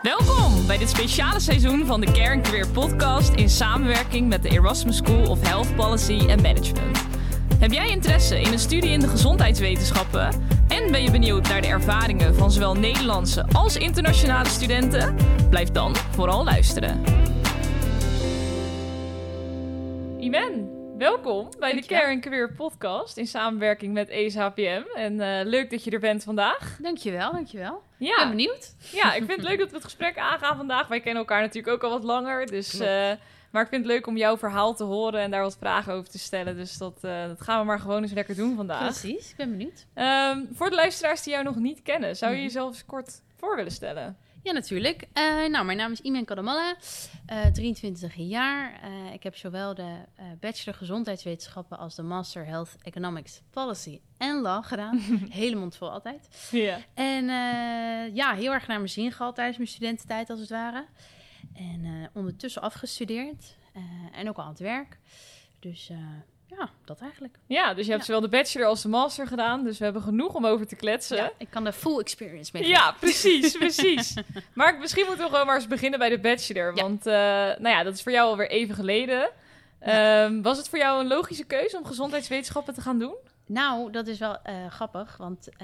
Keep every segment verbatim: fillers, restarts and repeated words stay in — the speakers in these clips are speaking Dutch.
Welkom bij dit speciale seizoen van de Care and Career podcast in samenwerking met de Erasmus School of Health Policy and Management. Heb jij interesse in een studie in de gezondheidswetenschappen en ben je benieuwd naar de ervaringen van zowel Nederlandse als internationale studenten? Blijf dan vooral luisteren. Imen, welkom bij de Care and Career podcast in samenwerking met E S H P M. En uh, leuk dat je er bent vandaag. Dankjewel, dankjewel. Ja. Ik ben benieuwd. Ja, ik vind het leuk dat we het gesprek aangaan vandaag. Wij kennen elkaar natuurlijk ook al wat langer. Dus, uh, maar ik vind het leuk om jouw verhaal te horen en daar wat vragen over te stellen. Dus dat, uh, dat gaan we maar gewoon eens lekker doen vandaag. Precies, ik ben benieuwd. Um, voor de luisteraars die jou nog niet kennen, zou je jezelf eens kort voor willen stellen? Ja, natuurlijk. Uh, nou, mijn naam is Imen Kadamalla, uh, drieëntwintig jaar. Uh, ik heb zowel de uh, Bachelor Gezondheidswetenschappen als de Master Health Economics Policy en Law gedaan. Hele mond vol altijd. Ja. En uh, ja, heel erg naar mijn zin gehad tijdens mijn studententijd als het ware. En uh, ondertussen afgestudeerd uh, en ook al aan het werk. Dus uh, ja, dat eigenlijk. Ja, dus je hebt ja. zowel de bachelor als de master gedaan. Dus we hebben genoeg om over te kletsen. Ja, ik kan de full experience mee. Ja, precies, precies. Maar misschien moeten we gewoon maar eens beginnen bij de bachelor. Ja. Want uh, nou ja, dat is voor jou alweer even geleden. Ja. Um, was het voor jou een logische keuze om gezondheidswetenschappen te gaan doen? Nou, dat is wel uh, grappig. Want uh,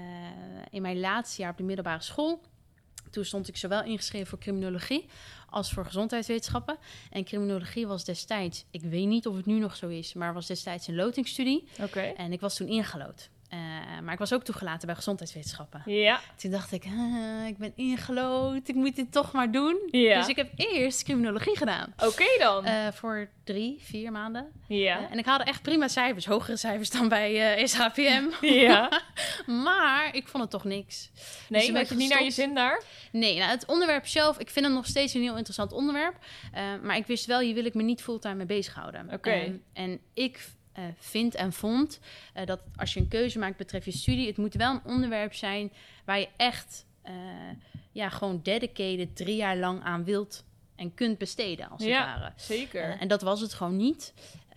in mijn laatste jaar op de middelbare school, toen stond ik zowel ingeschreven voor criminologie als voor gezondheidswetenschappen. En criminologie was destijds, ik weet niet of het nu nog zo is, maar was destijds een lotingsstudie. Oké. Okay. En ik was toen ingelood. Uh, maar ik was ook toegelaten bij gezondheidswetenschappen. Ja. Toen dacht ik, uh, ik ben ingelood, ik moet dit toch maar doen. Ja. Dus ik heb eerst criminologie gedaan. Oké okay dan. Uh, voor drie, vier maanden. Ja. Uh, en ik haalde echt prima cijfers, hogere cijfers dan bij uh, E S H P M. Ja. Maar ik vond het toch niks. Nee, dus had je niet naar je zin daar? Nee, nou, het onderwerp zelf, ik vind het nog steeds een heel interessant onderwerp. Uh, maar ik wist wel, hier wil ik me niet fulltime mee bezighouden. Oké. Okay. Um, en ik uh, vind en vond uh, dat als je een keuze maakt betreft je studie, het moet wel een onderwerp zijn waar je echt uh, ja, gewoon dedicated drie jaar lang aan wilt en kunt besteden, als het ja, ware. Zeker. Uh, en dat was het gewoon niet.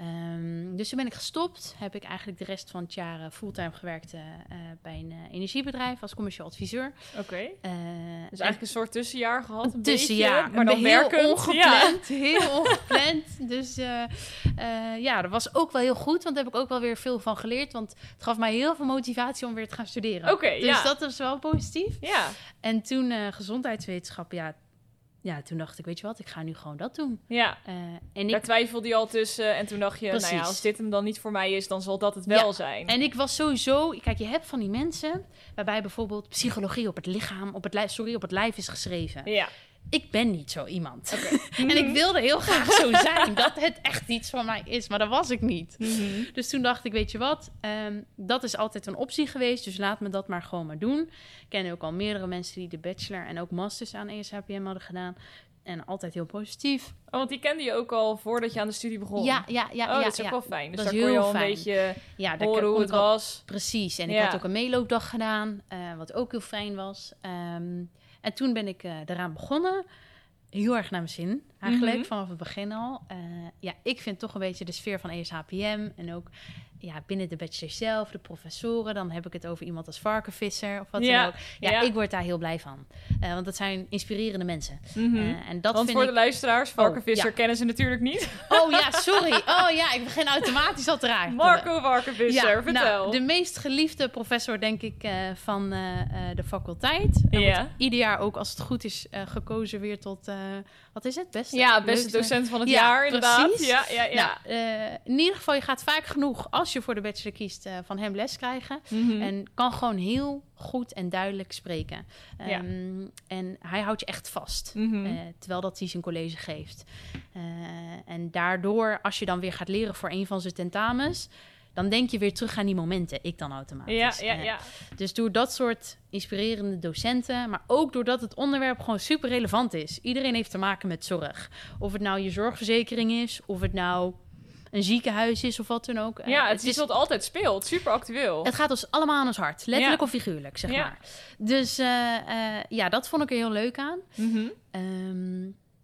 Um, dus toen ben ik gestopt. Heb ik eigenlijk de rest van het jaar uh, fulltime gewerkt uh, uh, bij een uh, energiebedrijf als commercieel adviseur. Oké. Okay. Uh, dus eigenlijk een soort tussenjaar gehad, een tussenjaar, beetje, maar dan heel werkend. Ongepland, ja. Heel ongepland. Dus uh, uh, ja, dat was ook wel heel goed, want daar heb ik ook wel weer veel van geleerd. Want het gaf mij heel veel motivatie om weer te gaan studeren. Oké, okay, dus ja. dat was wel positief. Ja. En toen uh, gezondheidswetenschappen, ja. Ja, toen dacht ik, weet je wat, ik ga nu gewoon dat doen. Ja, uh, en daar ik... twijfelde je al tussen. En toen dacht je, Precies. nou ja, als dit hem dan niet voor mij is, dan zal dat het wel ja. zijn. En ik was sowieso... Kijk, je hebt van die mensen waarbij bijvoorbeeld psychologie op het lichaam, op het lijf, sorry, op het lijf is geschreven. Ja. Ik ben niet zo iemand. Okay. En ik wilde heel graag zo zijn, dat het echt iets van mij is. Maar dat was ik niet. Mm-hmm. Dus toen dacht ik, weet je wat, um, dat is altijd een optie geweest. Dus laat me dat maar gewoon maar doen. Ik ken ook al meerdere mensen die de bachelor en ook masters aan E S H P M hadden gedaan. En altijd heel positief. Oh, want die kende je ook al voordat je aan de studie begon? Ja, ja, ja. Oh, ja, dat is ook ja. wel fijn. Dus dat daar kon je al fijn. een beetje ja, horen hoe het al... was. Precies. En ik ja. had ook een meeloopdag gedaan, uh, wat ook heel fijn was. Um, en toen ben ik uh, eraan begonnen. Heel erg naar mijn zin, eigenlijk, mm-hmm. vanaf het begin al. Uh, ja, ik vind toch een beetje de sfeer van E S H P M en ook ja, binnen de bachelor zelf, de professoren. Dan heb ik het over iemand als varkenvisser of wat ja. dan ook. Ja, ja, ik word daar heel blij van. Uh, want dat zijn inspirerende mensen. Mm-hmm. Uh, en dat want vind voor ik... de luisteraars, varkenvisser oh, ja. kennen ze natuurlijk niet. Oh ja, sorry. Oh ja, ik begin automatisch al te raken. Marco Varkenvisser, ja, vertel. Nou, de meest geliefde professor, denk ik, uh, van uh, uh, de faculteit. Uh, ja. Ieder jaar ook, als het goed is, uh, gekozen weer tot... Uh, wat is het? Beste, ja, beste leukste. docent van het ja, jaar, inderdaad. Precies. Ja, ja, ja. Nou, uh, in ieder geval, je gaat vaak genoeg, als je voor de bachelor kiest, uh, van hem les krijgen. Mm-hmm. En kan gewoon heel goed en duidelijk spreken. Um, ja. En hij houdt je echt vast, mm-hmm. uh, terwijl dat hij zijn college geeft. Uh, en daardoor, als je dan weer gaat leren voor een van zijn tentamens, dan denk je weer terug aan die momenten. Ik dan automatisch. Ja, ja, ja. Uh, dus door dat soort inspirerende docenten, maar ook doordat het onderwerp gewoon super relevant is. Iedereen heeft te maken met zorg. Of het nou je zorgverzekering is, of het nou een ziekenhuis is of wat dan ook. Ja, het, het is wat altijd speelt. Super actueel. Het gaat ons allemaal aan ons hart. Letterlijk ja. of figuurlijk, zeg ja. maar. Dus uh, uh, ja, dat vond ik er heel leuk aan. Mm-hmm. Um,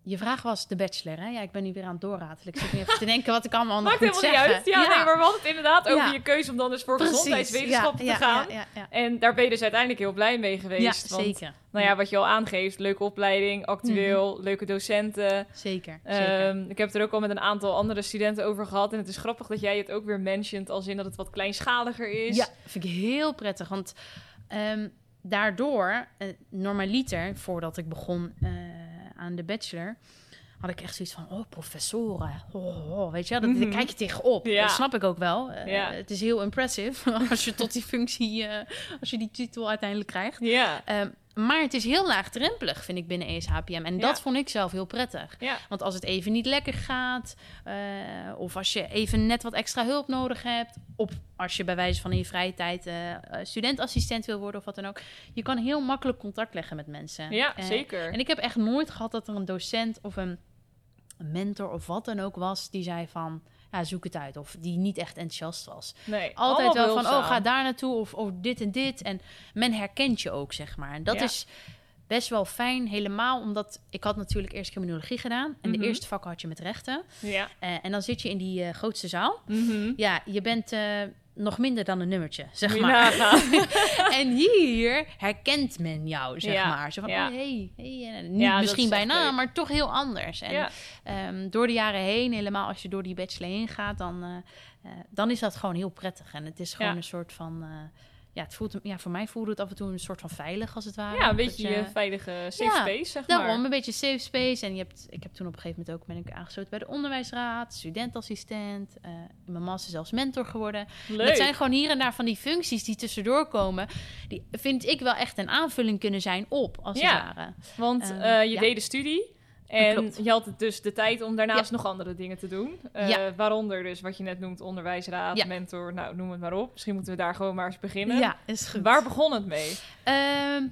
je vraag was de bachelor, hè? Ja, ik ben nu weer aan het doorratelen. Ik zit nu even te denken wat ik allemaal nog Maakt moet helemaal zeggen. niet uit. Ja, ja. Nee, maar we hadden het inderdaad over Ja. je keuze om dan dus voor Precies. gezondheidswetenschappen Ja, te ja, gaan. Ja, ja, ja. En daar ben je dus uiteindelijk heel blij mee geweest. Ja, want, zeker. nou ja, wat je al aangeeft, leuke opleiding, actueel, Mm-hmm. leuke docenten. Zeker, zeker. Um, ik heb het er ook al met een aantal andere studenten over gehad. En het is grappig dat jij het ook weer mentioned als in dat het wat kleinschaliger is. Ja, vind ik heel prettig. Want um, daardoor, uh, normaliter, voordat ik begon uh, aan de bachelor, had ik echt zoiets van, oh, professoren. Oh, oh, weet je, dat, Mm-hmm. daar kijk je tegenop. Ja. Dat snap ik ook wel. Uh, Ja. Het is heel impressive als je tot die functie, uh, als je die titel uiteindelijk krijgt. Ja. Um, maar het is heel laagdrempelig, vind ik, binnen E S H P M. En Ja. dat vond ik zelf heel prettig. Ja. Want als het even niet lekker gaat, uh, of als je even net wat extra hulp nodig hebt, of als je bij wijze van in je vrije tijd uh, studentassistent wil worden of wat dan ook, je kan heel makkelijk contact leggen met mensen. Ja, Uh, zeker. En ik heb echt nooit gehad dat er een docent of een, een mentor of wat dan ook was die zei van, ja, zoek het uit. Of die niet echt enthousiast was. Nee, Altijd wel van, behulpzaam. oh, ga daar naartoe. Of oh, dit en dit. En men herkent je ook, zeg maar. En dat Ja. is best wel fijn. Helemaal omdat ik had natuurlijk eerst criminologie gedaan. En Mhm. de eerste vakken had je met rechten. Ja. Uh, en dan zit je in die uh, grootste zaal. Mhm. Ja, je bent uh, nog minder dan een nummertje, zeg Moet je maar. nagaan. En hier herkent men jou, zeg Ja, maar. Zo van, ja. oh, hey, hey. En niet Ja, dat misschien is echt bijna, leuk. maar toch heel anders. En Ja. um, door de jaren heen, helemaal als je door die bachelor heen gaat, dan, uh, uh, dan is dat gewoon heel prettig. En het is gewoon Ja. een soort van... Uh, ja, het voelt, ja, voor mij voelde het af en toe een soort van veilig, als het ware. Ja, een Dat beetje je- je veilige safe Ja, space, zeg Daarom, maar. een beetje safe space. En je hebt, ik heb toen op een gegeven moment ook ben ik aangesloten bij de onderwijsraad, studentassistent, uh, in mijn master zelfs mentor geworden. Leuk. Dat zijn gewoon hier en daar van die functies die tussendoor komen, die vind ik wel echt een aanvulling kunnen zijn op, als Ja. het ware. Want Ehm, uh, je ja. deed de studie. En Klopt. je had dus de tijd om daarnaast Ja. nog andere dingen te doen. Uh, Ja. Waaronder dus wat je net noemt, onderwijsraad, Ja. mentor, nou noem het maar op. Misschien moeten we daar gewoon maar eens beginnen. Ja, is goed. Waar begon het mee? Ehm,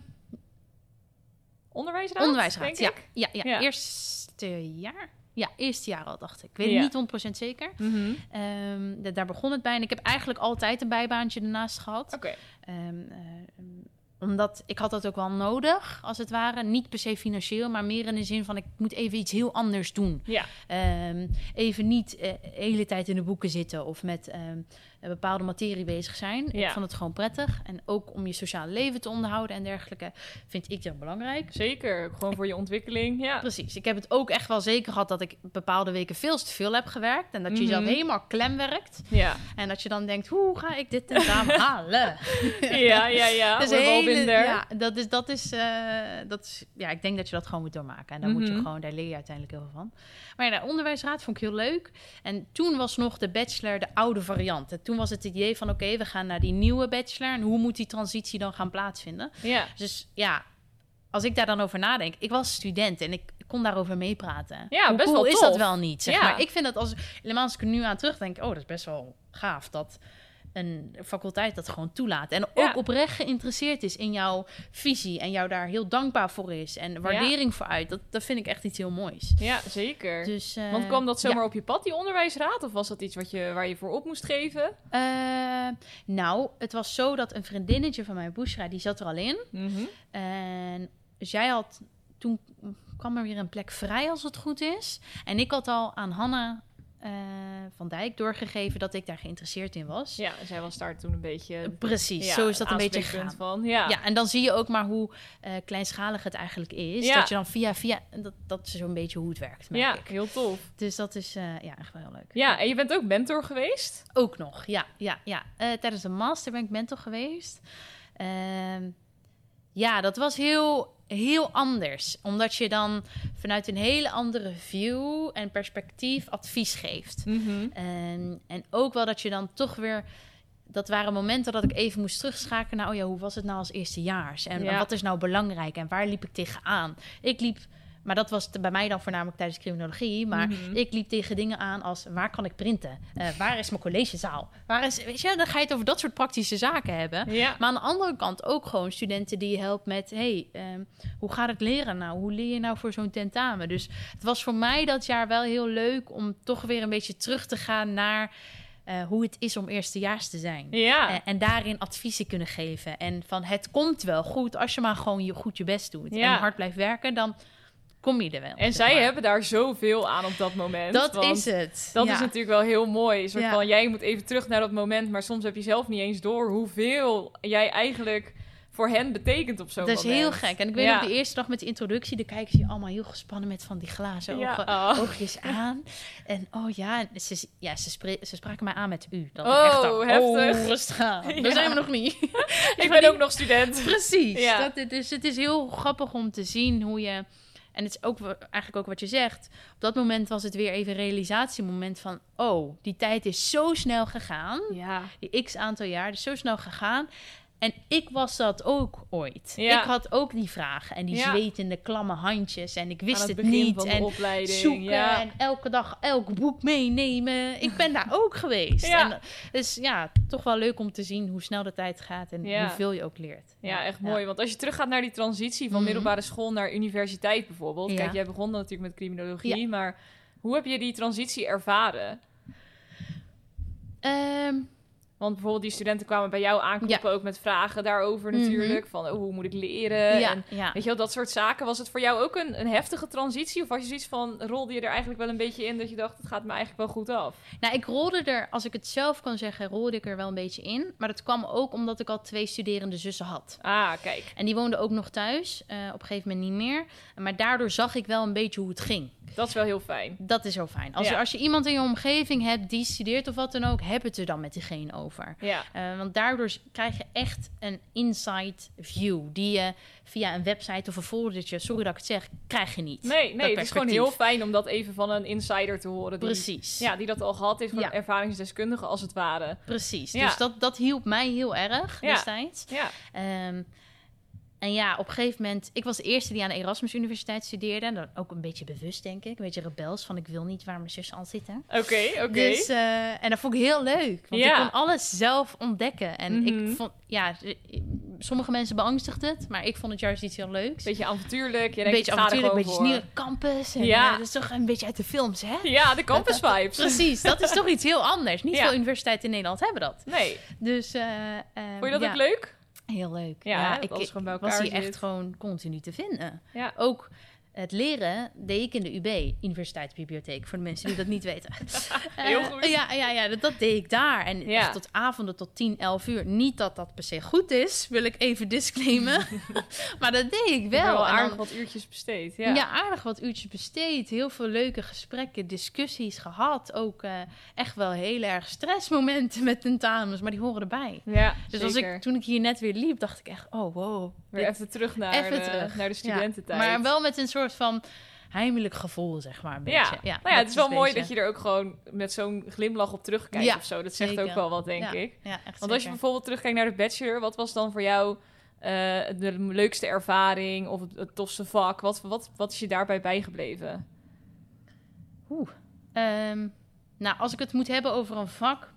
Onderwijsraad? onderwijsraad, denk ja. ik? Ja, ja. Ja. Eerste jaar? Ja, eerste jaar al, dacht ik. Ik weet Ja. het niet honderd procent zeker. Mhm. Ehm, de- daar begon het bij. En ik heb eigenlijk altijd een bijbaantje ernaast gehad. Oké. Ehm, eh, omdat ik had dat ook wel nodig, als het ware. Niet per se financieel, maar meer in de zin van... ik moet even iets heel anders doen. Ja. Ehm, even niet eh, de hele tijd in de boeken zitten... of met ehm, een bepaalde materie bezig zijn. Ja. Ik vond het gewoon prettig. En ook om je sociale leven te onderhouden en dergelijke... vind ik dat belangrijk. Zeker. Gewoon voor je ontwikkeling. Ja. Precies. Ik heb het ook echt wel zeker gehad... dat ik bepaalde weken veel te veel heb gewerkt... en dat je Mhm. jezelf helemaal klem werkt. Ja. En dat je dan denkt... hoe ga ik dit tentamen halen? Ja, ja, ja. Dat is We've all hele- been there. ja, dat is, dat is, uh, dat is, ja, ik denk dat je dat gewoon moet doormaken. En dan moet je Mhm. gewoon, daar leer je uiteindelijk heel veel van. Maar ja, de onderwijsraad vond ik heel leuk. En toen was nog de bachelor de oude variant. En toen was het idee van, oké, okay, we gaan naar die nieuwe bachelor. En hoe moet die transitie dan gaan plaatsvinden? Ja. Dus ja, als ik daar dan over nadenk, ik was student en ik kon daarover meepraten. Ja, Hoe best cool wel is tof. dat wel niet, zeg Ja. maar. Ik vind dat, als, helemaal als ik er nu aan terugdenk, oh, dat is best wel gaaf dat een faculteit dat gewoon toelaat. En ook Ja. oprecht geïnteresseerd is in jouw visie en jou daar heel dankbaar voor is en waardering voor uit. Dat, dat vind ik echt iets heel moois. Ja, zeker. Dus, uh, Want kwam dat zomaar ja. op je pad, die onderwijsraad? Of was dat iets wat je, waar je voor op moest geven? Uh, nou, het was zo dat een vriendinnetje van mij, Bushra, die zat er al in. Mhm. En zij had, toen kwam er weer een plek vrij als het goed is. En ik had al aan Hanna uh, van Dijk doorgegeven dat ik daar geïnteresseerd in was. Ja, zij was daar toen een beetje... Precies, ja, zo is dat een beetje aanspreekpunt gegaan. van. Ja. Ja, en dan zie je ook maar hoe uh, kleinschalig het eigenlijk is. Ja. Dat je dan via via... Dat, dat is zo'n beetje hoe het werkt, merk Ja, ik. heel tof. Dus dat is uh, ja, echt wel heel leuk. Ja, en je bent ook mentor geweest? Ook nog, ja. ja, ja. Uh, tijdens de master ben ik mentor geweest. Uh, ja, dat was heel, heel anders. Omdat je dan vanuit een hele andere view en perspectief advies geeft. Mm-hmm. En, en ook wel dat je dan toch weer... Dat waren momenten dat ik even moest terugschakelen naar... oh ja, hoe was het nou als eerstejaars? En, Ja. en wat is nou belangrijk? En waar liep ik tegenaan? Ik liep... Maar dat was bij mij dan voornamelijk tijdens criminologie. Maar Mm-hmm. ik liep tegen dingen aan als... waar kan ik printen? Uh, waar is mijn collegezaal? Waar is, weet je, dan ga je het over dat soort praktische zaken hebben. Ja. Maar aan de andere kant ook gewoon studenten die je helpt met... hey, um, hoe gaat het leren nou? Hoe leer je nou voor zo'n tentamen? Dus het was voor mij dat jaar wel heel leuk... om toch weer een beetje terug te gaan naar... Uh, hoe het is om eerstejaars te zijn. Ja. Uh, en daarin adviezen kunnen geven. En van het komt wel goed als je maar gewoon je, goed je best doet. Ja. En hard blijft werken, dan kom je er wel. En zeg zij maar. hebben daar zoveel aan op dat moment. Dat want is het. Dat ja. is natuurlijk wel heel mooi. Een soort Ja. van, jij moet even terug naar dat moment, maar soms heb je zelf niet eens door hoeveel jij eigenlijk voor hen betekent op zo'n Dat is moment. heel gek. En ik weet Ja. nog, de eerste dag met de introductie, dan kijken ze je allemaal heel gespannen met van die glazen Ja. ogen, Oh. oogjes aan. En oh ja, ze, ja ze, spre- ze spraken mij aan met u. Dat Oh, ik echt dacht, heftig. Oh, rustig aan. Ja. Daar zijn we nog niet. Ik ben ook nog student. Precies. Ja. Dat, het, is, het is heel grappig om te zien hoe je... En het is ook wa- eigenlijk ook wat je zegt. Op dat moment was het weer even een realisatiemoment van... Oh, die tijd is zo snel gegaan. Ja. Die x aantal jaar is zo snel gegaan. En ik was dat ook ooit. Ja. Ik had ook die vragen en die Ja. zwetende, klamme handjes. En ik wist Aan het, het, begin niet. van de En opleiding. zoeken Ja. en elke dag elk boek meenemen. Ik ben daar ook geweest. Ja. En, dus ja, toch wel leuk om te zien hoe snel de tijd gaat en Ja. hoeveel je ook leert. Ja, echt mooi. Want als je teruggaat naar die transitie van Mhm. middelbare school naar universiteit bijvoorbeeld. Ja. Kijk, jij begon dan natuurlijk met criminologie, Ja. maar hoe heb je die transitie ervaren? Ehm, Want bijvoorbeeld die studenten kwamen bij jou aankloppen ook met vragen daarover Mhm. natuurlijk. Van oh, hoe moet ik leren? ja, En ja. weet je wel, dat soort zaken. Was het voor jou ook een, een heftige transitie? Of was je zoiets van, rolde je er eigenlijk wel een beetje in dat je dacht, het gaat me eigenlijk wel goed af? Nou, ik rolde er, als ik het zelf kan zeggen, rolde ik er wel een beetje in. Maar dat kwam ook omdat ik al twee studerende zussen had. Ah, kijk. En die woonden ook nog thuis, eh, op een gegeven moment niet meer. Maar daardoor zag ik wel een beetje hoe het ging. Dat is wel heel fijn. Dat is zo fijn. Als, Ja. je, als je iemand in je omgeving hebt die studeert of wat dan ook, heb het er dan met diegene over. Ja. Uh, want daardoor s- krijg je echt een inside view die je via een website of een foldertje, sorry dat ik het zeg, krijg je niet. Nee, nee, Dat het is gewoon perspectief. heel fijn om dat even van een insider te horen. Die, Precies. Ja, die dat al gehad heeft, van Ja. een ervaringsdeskundige als het ware. Precies. Ja. Dus dat, dat hielp mij heel erg Ja. destijds. Ja. Ehm, en ja, op een gegeven moment... Ik was de eerste die aan de Erasmus Universiteit studeerde. En dan ook een beetje bewust, denk ik. Een beetje rebels, van ik wil niet waar mijn zussen al zitten. Oké, oké. Dus, eh, en dat vond ik heel leuk. Want Ja. ik kon alles zelf ontdekken. En Mhm. ik vond... Ja, sommige mensen beangstigden het. Maar ik vond het juist iets heel leuks. Beetje avontuurlijk. Je Een denkt, beetje ik ga er avontuurlijk, een gewoon beetje voor. nieuwe campus. En, Ja. ja. Dat is toch een beetje uit de films, hè? Ja, de campus vibes. Precies, dat is toch iets heel anders. Niet Ja. veel universiteiten in Nederland hebben dat. Nee. Dus, eh, eh, Vond je dat ja. ook leuk? Heel leuk. Ja, hè, dat alles gewoon bij was elkaar hier echt zit. gewoon continu te vinden. Ja. Ook het leren deed ik in de U B, Universiteitsbibliotheek, voor de mensen die dat niet weten. Heel Eh, goed. ja, ja, ja dat, dat deed ik daar. En Ja. echt tot avonden, tot tien, elf uur. Niet dat dat per se goed is, wil ik even disclaimen. Maar dat deed ik Wel, wel. wel En dan- aardig wat uurtjes besteed. Ja. ja. aardig wat uurtjes besteed. Heel veel leuke gesprekken, discussies gehad. Ook eh, echt wel heel erg stressmomenten met tentamens, maar die horen erbij. Ja, Dus zeker. als ik, toen ik hier net weer liep, dacht ik echt, oh wow. Weer dit- even terug naar, even de, terug. naar de studententijd. Ja, maar wel met een soort van heimelijk gevoel, zeg maar. Een Ja, beetje. ja, nou ja, dat het is wel een mooi beetje- dat je er ook gewoon met zo'n glimlach op terugkijkt Ja, of zo. Dat zegt zeker. ook wel wat, denk Ja, ik. Ja, echt Want als je zeker. bijvoorbeeld terugkijkt naar de bachelor, wat was dan voor jou eh, de leukste ervaring of het, het tofste vak? Wat, wat, wat is je daarbij bijgebleven? Oeh. Ehm, nou, als ik het moet hebben over een vak...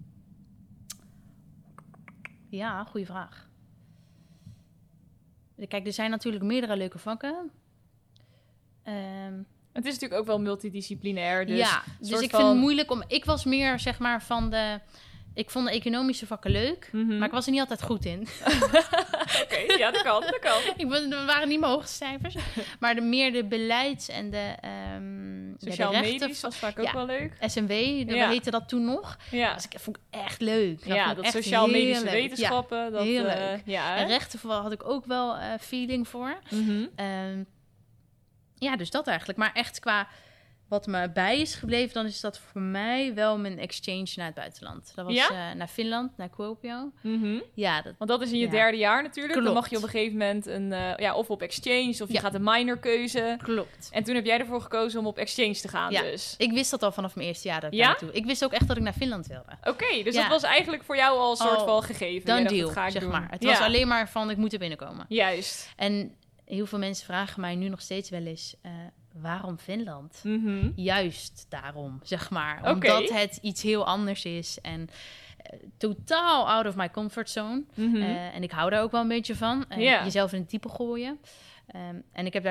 Ja, goede vraag. Kijk, er zijn natuurlijk meerdere leuke vakken. Ehm, Het is natuurlijk ook wel multidisciplinair. Dus ja, een dus soort ik van- vind het moeilijk om... Ik was meer, zeg maar, van de... Ik vond de economische vakken leuk, Mhm. maar ik was er niet altijd goed in. Oké, ja, dat kan, dat kan. ik ben, er waren niet mijn hoogste cijfers. Maar de, meer de beleids- en de... ehm ja, de Sociaal-medisch rechten- was vaak ook ja. wel leuk. S M W, de- Ja. we heette dat toen nog. Ja, Dus ik vond ik echt leuk. ja vond ik dat echt sociaal-medische heel leuk. wetenschappen. Dat, heel eh, leuk. ja, Ja. hè? En rechten vooral had ik ook wel eh, feeling voor. Mhm. Ehm, ja, dus dat eigenlijk. Maar echt qua wat me bij is gebleven, dan is dat voor mij wel mijn exchange naar het buitenland. Dat was Ja? eh, naar Finland, naar Kuopio. Mhm. Ja, dat, Want dat is in je Ja. derde jaar natuurlijk. Dan Klopt. mag je op een gegeven moment een, eh, ja, of op exchange of je Ja. gaat een minor keuze. klopt. En toen heb jij ervoor gekozen om op exchange te gaan Ja. dus. Ik wist dat al vanaf mijn eerste jaar dat ik Ja? daar naartoe. Ik wist ook echt dat ik naar Finland wilde. Oké, dus Ja. dat was eigenlijk voor jou al een soort Al van gegeven. Dan Jij dacht, deal, dat ga ik zeg doen. maar. Het Ja. was alleen maar van, ik moet er binnenkomen. Juist. En heel veel mensen vragen mij nu nog steeds wel eens, eh, waarom Finland? Mhm. Juist daarom, zeg maar. Oké. Omdat het iets heel anders is en eh, totaal out of my comfort zone. Mhm. Eh, en ik hou daar ook wel een beetje van. En Ja. jezelf in het diepe gooien. Ehm, en ik heb daar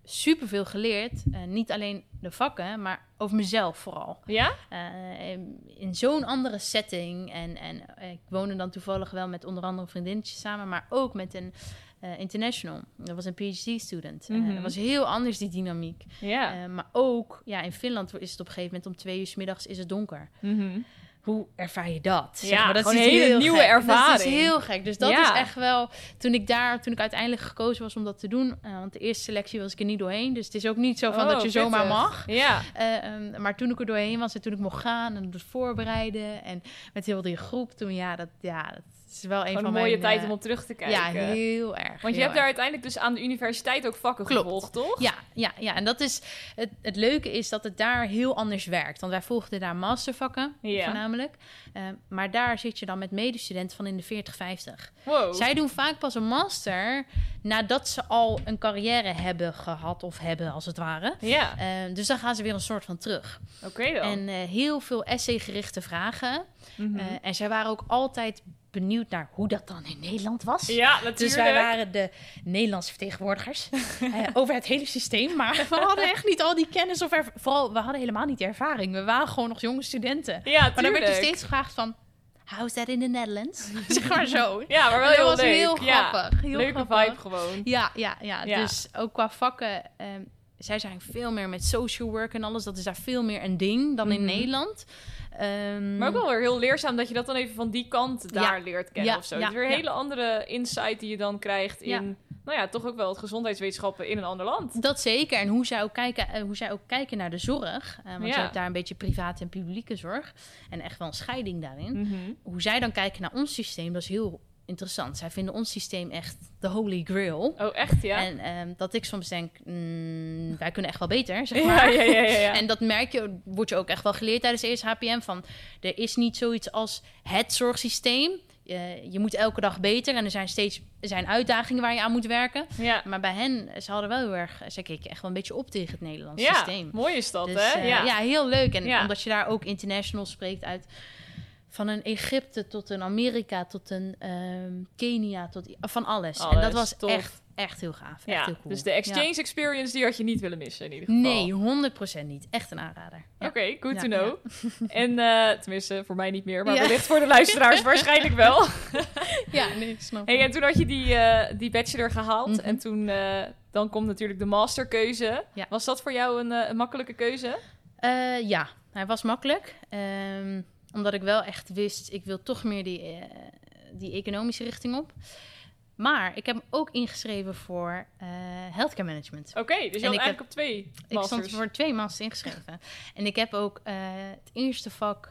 superveel geleerd. Uh, niet alleen de vakken, maar over mezelf vooral. Ja? Uh, in, in zo'n andere setting. En, en uh, ik woonde dan toevallig wel met onder andere vriendinnetjes samen, maar ook met een uh, international. Dat was een P H D-student. Mm-hmm. Uh, dat was heel anders, die dynamiek. Ja. Uh, maar ook, ja, in Finland is het op een gegeven moment om twee uur 's middags is het donker. Mm-hmm. Hoe ervaar je dat? Ja, zeg maar, dat gewoon is een hele heel nieuwe gek. ervaring. Dat is heel gek. Dus dat ja. is echt wel... Toen ik daar, toen ik uiteindelijk gekozen was om dat te doen... Uh, want de eerste selectie was ik er niet doorheen. Dus het is ook niet zo van oh, dat je pittig. zomaar mag. Ja. Uh, um, maar toen ik er doorheen was en toen ik mocht gaan... en het voorbereiden en met heel die groep... toen ja, dat, ja, dat is wel een Gewoon van een mooie mijn... tijd uh, om op terug te kijken. Ja, heel erg. Want heel je hebt erg. daar uiteindelijk dus aan de universiteit ook vakken Klopt. gevolgd, toch? Ja, ja, ja, en dat is het, het leuke is dat het daar heel anders werkt. Want wij volgden daar mastervakken, ja. voornamelijk. Uh, maar daar zit je dan met medestudenten van in de veertig, vijftig. Wow. Zij doen vaak pas een master nadat ze al een carrière hebben gehad of hebben, als het ware. Ja. Uh, dus dan gaan ze weer een soort van terug. Oké okay dan. En uh, heel veel essay-gerichte vragen. Mm-hmm. Uh, en zij waren ook altijd benieuwd naar hoe dat dan in Nederland was. Ja, natuurlijk. Dus wij waren de Nederlandse vertegenwoordigers uh, over het hele systeem. Maar we hadden echt niet al die kennis of erv- vooral, we hadden helemaal niet ervaring. We waren gewoon nog jonge studenten. Ja, maar dan werd er steeds gevraagd van... How is that in the Netherlands? Zeg maar zo. Ja, maar wel dat heel was leuk. heel ja. grappig. Heel Leuke grappig. vibe gewoon. Ja, ja, ja, ja. Dus ook qua vakken... Um, zij zijn veel meer met social work en alles. Dat is daar veel meer een ding dan in mm-hmm. Nederland. Um, maar ook wel weer heel leerzaam dat je dat dan even van die kant daar ja, leert kennen ja, of zo. Ja, het is weer een ja. hele andere insight die je dan krijgt in, ja. nou ja, toch ook wel het gezondheidswetenschappen in een ander land. Dat zeker. En hoe zij ook kijken, uh, hoe zij ook kijken naar de zorg. Uh, want ja. je hebt daar een beetje private en publieke zorg. En echt wel een scheiding daarin. Mm-hmm. Hoe zij dan kijken naar ons systeem, dat is heel interessant. Zij vinden ons systeem echt de holy grail. Oh, echt, ja? En um, dat ik soms denk, mm, wij kunnen echt wel beter, zeg maar. Ja, ja, ja, ja, ja. En dat merk je, wordt je ook echt wel geleerd tijdens de eerste H P M. Van, er is niet zoiets als het zorgsysteem. Uh, je moet elke dag beter en er zijn steeds er zijn uitdagingen waar je aan moet werken. Ja. Maar bij hen, ze hadden wel heel erg... Ze keken echt wel een beetje op tegen het Nederlandse ja, systeem. Mooi is dat, dus, hè? Uh, ja. ja, heel leuk. En ja. omdat je daar ook international spreekt uit... Van een Egypte tot een Amerika, tot een um, Kenia, tot van alles. alles. En dat was Tof. echt, echt heel gaaf. Ja, echt heel cool. dus de exchange ja. experience, die had je niet willen missen in ieder geval. Nee, honderd procent niet. Echt een aanrader. Ja. Oké, okay, good ja, to know. Ja. En uh, tenminste, voor mij niet meer, maar ja. wellicht voor de luisteraars waarschijnlijk wel. Ja, nee, snap hey, en toen had je die, uh, die bachelor gehaald. Mm-hmm. En toen uh, dan komt natuurlijk de masterkeuze. Ja. Was dat voor jou een, uh, een makkelijke keuze? Uh, ja, hij was makkelijk. Um, omdat ik wel echt wist, ik wil toch meer die, uh, die economische richting op. Maar ik heb hem ook ingeschreven voor uh, healthcare management. Oké, okay, dus je had eigenlijk heb, op twee masters. Ik stond voor twee masters ingeschreven. En ik heb ook uh, het eerste vak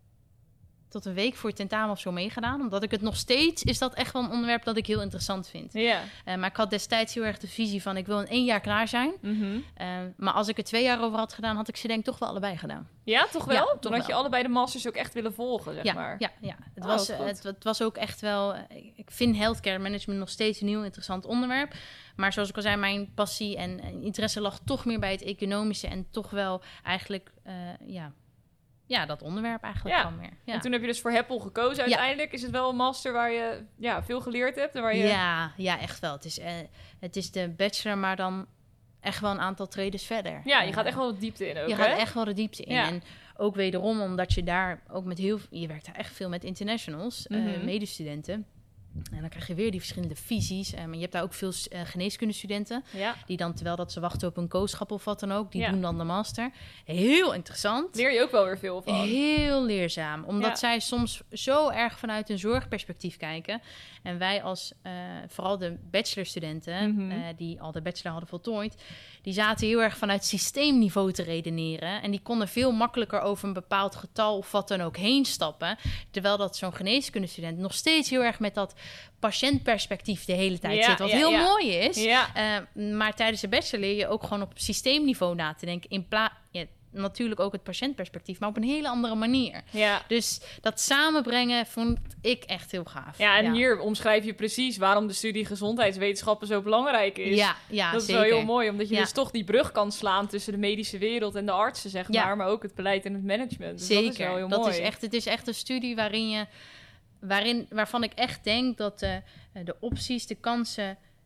tot een week voor het tentamen of zo meegedaan. Omdat ik het nog steeds... is dat echt wel een onderwerp dat ik heel interessant vind. Ja. Uh, maar ik had destijds heel erg de visie van... ik wil in één jaar klaar zijn. Mm-hmm. Uh, maar als ik er twee jaar over had gedaan... had ik ze denk ik toch wel allebei gedaan. Ja, toch wel? Ja, Toen toch had wel. je allebei de masters ook echt willen volgen, zeg ja, maar. Ja, ja. Het, oh, was, het, het was ook echt wel... Ik vind healthcare management nog steeds een heel interessant onderwerp. Maar zoals ik al zei, mijn passie en, en interesse lag toch meer bij het economische... en toch wel eigenlijk... Uh, ja, Ja, dat onderwerp eigenlijk ja. wel meer. Ja. En toen heb je dus voor Heppel gekozen uiteindelijk. Ja. Is het wel een master waar je ja, veel geleerd hebt? En waar je... ja, ja, echt wel. Het is, uh, het is de bachelor, maar dan echt wel een aantal trades verder. Ja, je uh, gaat echt wel de diepte in ook, Je hè? gaat echt wel de diepte in. Ja. En ook wederom omdat je daar ook met heel... Je werkt daar echt veel met internationals, mm-hmm. uh, medestudenten. En dan krijg je weer die verschillende visies. Um, je hebt daar ook veel uh, geneeskundestudenten. Ja. Die dan, terwijl dat ze wachten op een kooschap of wat dan ook... die ja. doen dan de master. Heel interessant. Leer je ook wel weer veel van. Heel leerzaam. Omdat ja. zij soms zo erg vanuit een zorgperspectief kijken. En wij als, uh, vooral de bachelorstudenten... Mm-hmm. Uh, die al de bachelor hadden voltooid... die zaten heel erg vanuit systeemniveau te redeneren. En die konden veel makkelijker over een bepaald getal... of wat dan ook heen stappen. Terwijl dat zo'n geneeskundestudent nog steeds heel erg met dat... patiëntperspectief de hele tijd ja, zit. Wat ja, heel ja. mooi is. Ja. Uh, maar tijdens de bachelor leer je ook gewoon op systeemniveau na te denken. In plaats... Ja, natuurlijk ook het patiëntperspectief, maar op een hele andere manier. Ja. Dus dat samenbrengen vond ik echt heel gaaf. Ja, en ja. hier omschrijf je precies waarom de studie gezondheidswetenschappen zo belangrijk is. Ja, ja, dat is zeker. wel heel mooi, omdat je ja. dus toch die brug kan slaan tussen de medische wereld en de artsen, zeg maar, ja. maar ook het beleid en het management. Dus zeker. dat is wel heel dat mooi. Is echt, het is echt een studie waarin je, waarin, waarvan ik echt denk dat de, de opties, de kansen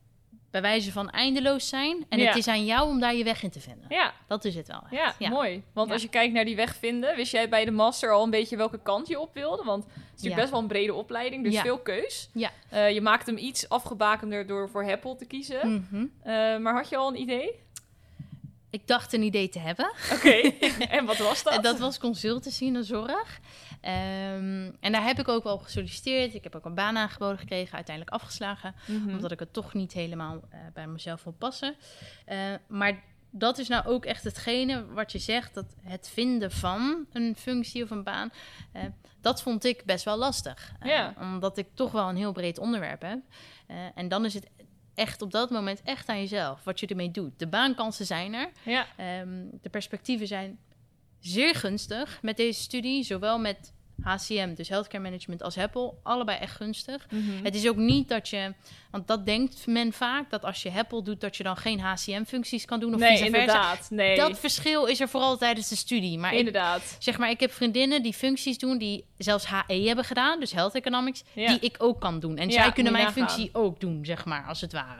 bij wijze van eindeloos zijn. En ja. het is aan jou om daar je weg in te vinden. Ja. Dat is het wel echt. Ja, ja. mooi. Want ja. als je kijkt naar die weg vinden, wist jij bij de master al een beetje welke kant je op wilde? Want het is natuurlijk ja. best wel een brede opleiding, dus ja. veel keus. Ja. Uh, je maakt hem iets afgebakender door voor Heppel te kiezen. Mm-hmm. Uh, maar had je al een idee? Ik dacht een idee te hebben. Oké, okay. En wat was dat? En dat was consultancy in de zorg. Um, en daar heb ik ook wel op gesolliciteerd. Ik heb ook een baan aangeboden gekregen, uiteindelijk afgeslagen. Mm-hmm. Omdat ik het toch niet helemaal uh, bij mezelf wil passen. Uh, maar dat is nou ook echt hetgene wat je zegt, dat het vinden van een functie of een baan, uh, dat vond ik best wel lastig. Uh, ja. Omdat ik toch wel een heel breed onderwerp heb. Uh, en dan is het echt op dat moment echt aan jezelf, wat je ermee doet. De baankansen zijn er. Ja. Um, de perspectieven zijn zeer gunstig met deze studie, zowel met H C M, dus Healthcare Management, als Heppel, allebei echt gunstig. Mm-hmm. Het is ook niet dat je, want dat denkt men vaak, dat als je Heppel doet, dat je dan geen H C M-functies kan doen of nee, vice versa. Inderdaad, nee. Dat verschil is er vooral tijdens de studie. Maar inderdaad. Ik, zeg maar, ik heb vriendinnen die functies doen, die zelfs H E hebben gedaan, dus Health Economics, ja. die ik ook kan doen. En ja, zij kunnen mijn nagaan. functie ook doen, zeg maar, als het ware.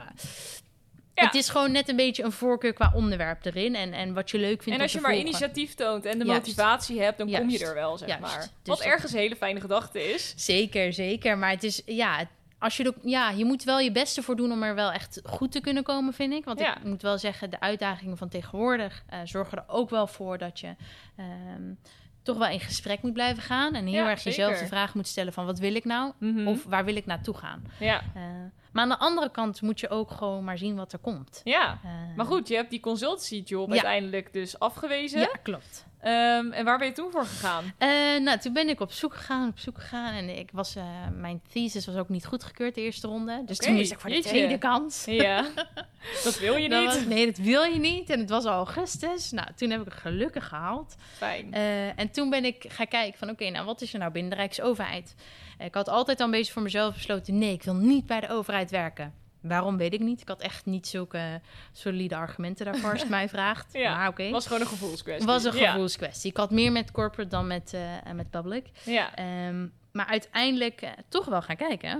Ja. Het is gewoon net een beetje een voorkeur qua onderwerp erin en, en wat je leuk vindt. En als je maar volgen. initiatief toont en de Juist. motivatie hebt, dan Juist. kom je er wel, zeg Juist. maar. Dus wat dat... ergens een hele fijne gedachte is. Zeker, zeker. Maar het is, ja, als je, de, ja, je moet wel je beste voor doen om er wel echt goed te kunnen komen, vind ik. Want ja. ik moet wel zeggen, de uitdagingen van tegenwoordig uh, zorgen er ook wel voor dat je Um, toch wel in gesprek moet blijven gaan. En heel ja, erg jezelf zeker. de vraag moet stellen van wat wil ik nou? Mm-hmm. Of waar wil ik naartoe gaan? Ja. Uh, maar aan de andere kant moet je ook gewoon maar zien wat er komt. Ja, uh, maar goed, je hebt die consultancy job ja. uiteindelijk dus afgewezen. Ja, klopt. Um, en waar ben je toen voor gegaan? Uh, nou, toen ben ik op zoek gegaan, op zoek gegaan. En ik was, uh, mijn thesis was ook niet goedgekeurd de eerste ronde. Dus okay, toen moest ik voor de jeetje. tweede kans. Ja, dat wil je niet. Was, nee, dat wil je niet. En het was al augustus. Nou, toen heb ik het gelukkig gehaald. Fijn. Uh, en toen ben ik gaan kijken van, oké, okay, nou, wat is er nou binnen de Rijksoverheid? Uh, ik had altijd al een beetje voor mezelf besloten, nee, ik wil niet bij de overheid werken. Waarom, weet ik niet. Ik had echt niet zulke solide argumenten daarvoor als je mij vraagt. Ja, maar oké. Okay. Was gewoon een gevoelskwestie. Was een ja. gevoelskwestie. Ik had meer met corporate dan met, uh, met public. Ja. Um, maar uiteindelijk uh, toch wel gaan kijken.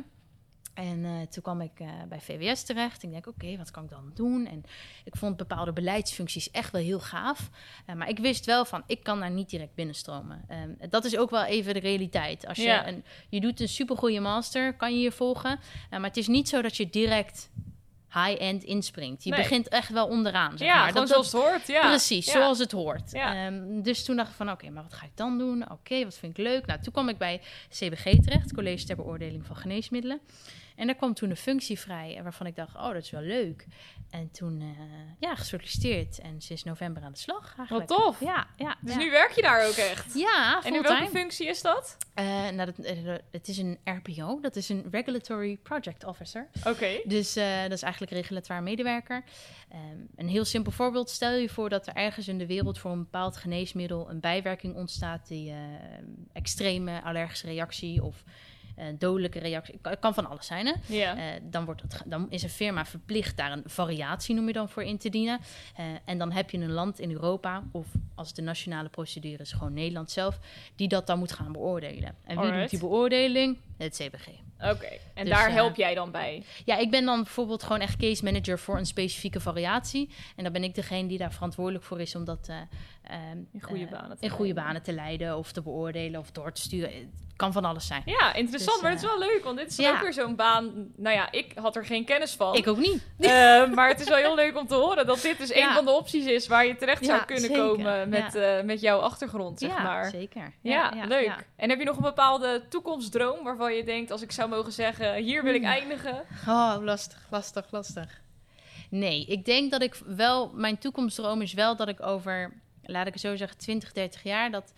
En uh, toen kwam ik uh, bij V W S terecht. Ik denk, oké, okay, wat kan ik dan doen? En ik vond bepaalde beleidsfuncties echt wel heel gaaf. Uh, maar ik wist wel van, ik kan daar niet direct binnenstromen. Um, dat is ook wel even de realiteit. Als je, ja. een, je doet een supergoeie master, kan je hier volgen. Uh, maar het is niet zo dat je direct high-end inspringt. Je nee. begint echt wel onderaan, zeg ja, maar. Gewoon dat, zoals het hoort. Ja. Precies, ja. zoals het hoort. Ja. Um, dus toen dacht ik van, oké, okay, maar wat ga ik dan doen? Oké, okay, wat vind ik leuk? Nou, toen kwam ik bij C B G terecht, College ter Beoordeling van Geneesmiddelen. En daar kwam toen een functie vrij waarvan ik dacht, oh, dat is wel leuk. En toen, uh, ja, gesolliciteerd en sinds november aan de slag eigenlijk. Wat tof. Ja, ja. Dus ja. nu werk je daar ook echt? Ja, en in welke functie is dat? Uh, nou, dat, uh, het is een R P O, dat is een Regulatory Project Officer. Oké. Okay. Dus uh, dat is eigenlijk regulatoire medewerker. Um, een heel simpel voorbeeld. Stel je voor dat er ergens in de wereld voor een bepaald geneesmiddel een bijwerking ontstaat die uh, extreme allergische reactie of Uh, dodelijke reactie, het kan van alles zijn, hè? Ja. Uh, dan, wordt het, dan is een firma verplicht daar een variatie, noem je dan, voor in te dienen. Uh, en dan heb je een land in Europa, of als de nationale procedure is gewoon Nederland zelf, die dat dan moet gaan beoordelen. En wie Alright. doet die beoordeling? Het C B G. Oké, okay. en dus, daar help uh, jij dan bij? Ja, ik ben dan bijvoorbeeld gewoon echt case manager voor een specifieke variatie. En dan ben ik degene die daar verantwoordelijk voor is om dat uh, um, in goede, uh, banen, te in goede banen te leiden of te beoordelen of door te sturen. Het kan van alles zijn. Ja, interessant, dus, maar het is wel leuk, want dit is ja. ook weer zo'n baan. Nou ja, ik had er geen kennis van. Ik ook niet. Uh, maar het is wel heel leuk om te horen dat dit dus ja. een van de opties is waar je terecht ja, zou kunnen zeker. komen met, ja. uh, met jouw achtergrond, zeg ja, maar. Zeker. Ja, ja, ja leuk. Ja. En heb je nog een bepaalde toekomstdroom waarvan je denkt, als ik zou mogen zeggen, hier wil ik hmm. eindigen? Oh, lastig, lastig, lastig. Nee, ik denk dat ik wel, mijn toekomstdroom is wel dat ik over, laat ik het zo zeggen, twintig, dertig jaar, dat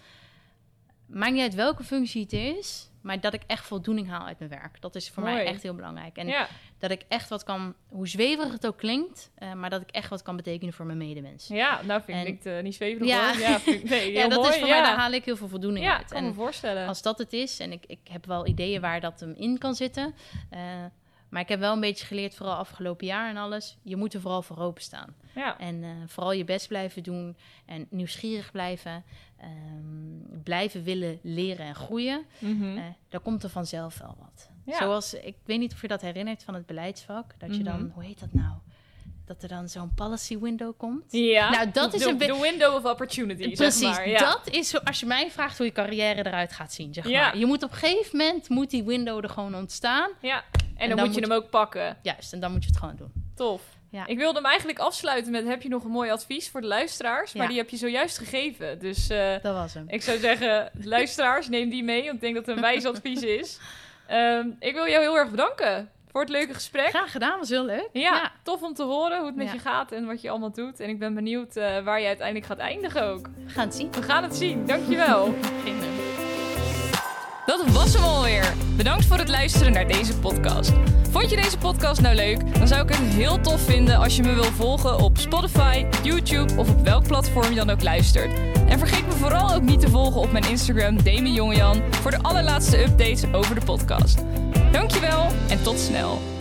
maakt niet uit welke functie het is, maar dat ik echt voldoening haal uit mijn werk. Dat is voor Mooi. mij echt heel belangrijk. En ja. dat ik echt wat kan, hoe zweverig het ook klinkt, uh, maar dat ik echt wat kan betekenen voor mijn medemens. Ja, nou vind ik het uh, niet zweverig ja. hoor. Ja, vind, nee, ja, dat mooi. is voor ja. mij, daar haal ik heel veel voldoening ja, uit. Ja, kan en me voorstellen. Als dat het is, en ik, ik heb wel ideeën waar dat hem in kan zitten, uh, maar ik heb wel een beetje geleerd, vooral afgelopen jaar en alles, je moet er vooral voor openstaan. Ja. En uh, vooral je best blijven doen en nieuwsgierig blijven, um, blijven willen leren en groeien. Mm-hmm. Uh, daar komt er vanzelf wel wat. Ja. Zoals, ik weet niet of je dat herinnert van het beleidsvak. Dat je dan, mm-hmm. hoe heet dat nou? Dat er dan zo'n policy window komt. Ja, nou, dat is de, een be- de window of opportunity, Precies, zeg maar. Ja. Dat is zo, als je mij vraagt hoe je carrière eruit gaat zien, zeg ja. maar. Je moet op een gegeven moment, moet die window er gewoon ontstaan. Ja, en, en dan, dan moet je hem ook pakken. Juist, en dan moet je het gewoon doen. Tof. Ja. Ik wilde hem eigenlijk afsluiten met, heb je nog een mooi advies voor de luisteraars? Maar ja. die heb je zojuist gegeven. Dus uh, dat was hem. Ik zou zeggen, luisteraars, neem die mee. Want ik denk dat het een wijs advies is. Um, ik wil jou heel erg bedanken voor het leuke gesprek. Graag gedaan, was heel leuk. Ja, ja. Tof om te horen hoe het met ja. je gaat en wat je allemaal doet. En ik ben benieuwd uh, waar je uiteindelijk gaat eindigen ook. We gaan het zien. We gaan het zien, dankjewel. Dat was hem alweer. Bedankt voor het luisteren naar deze podcast. Vond je deze podcast nou leuk? Dan zou ik het heel tof vinden als je me wil volgen op Spotify, YouTube of op welk platform je dan ook luistert. En vergeet me vooral ook niet te volgen op mijn Instagram Demi Jongejan voor de allerlaatste updates over de podcast. Dankjewel en tot snel.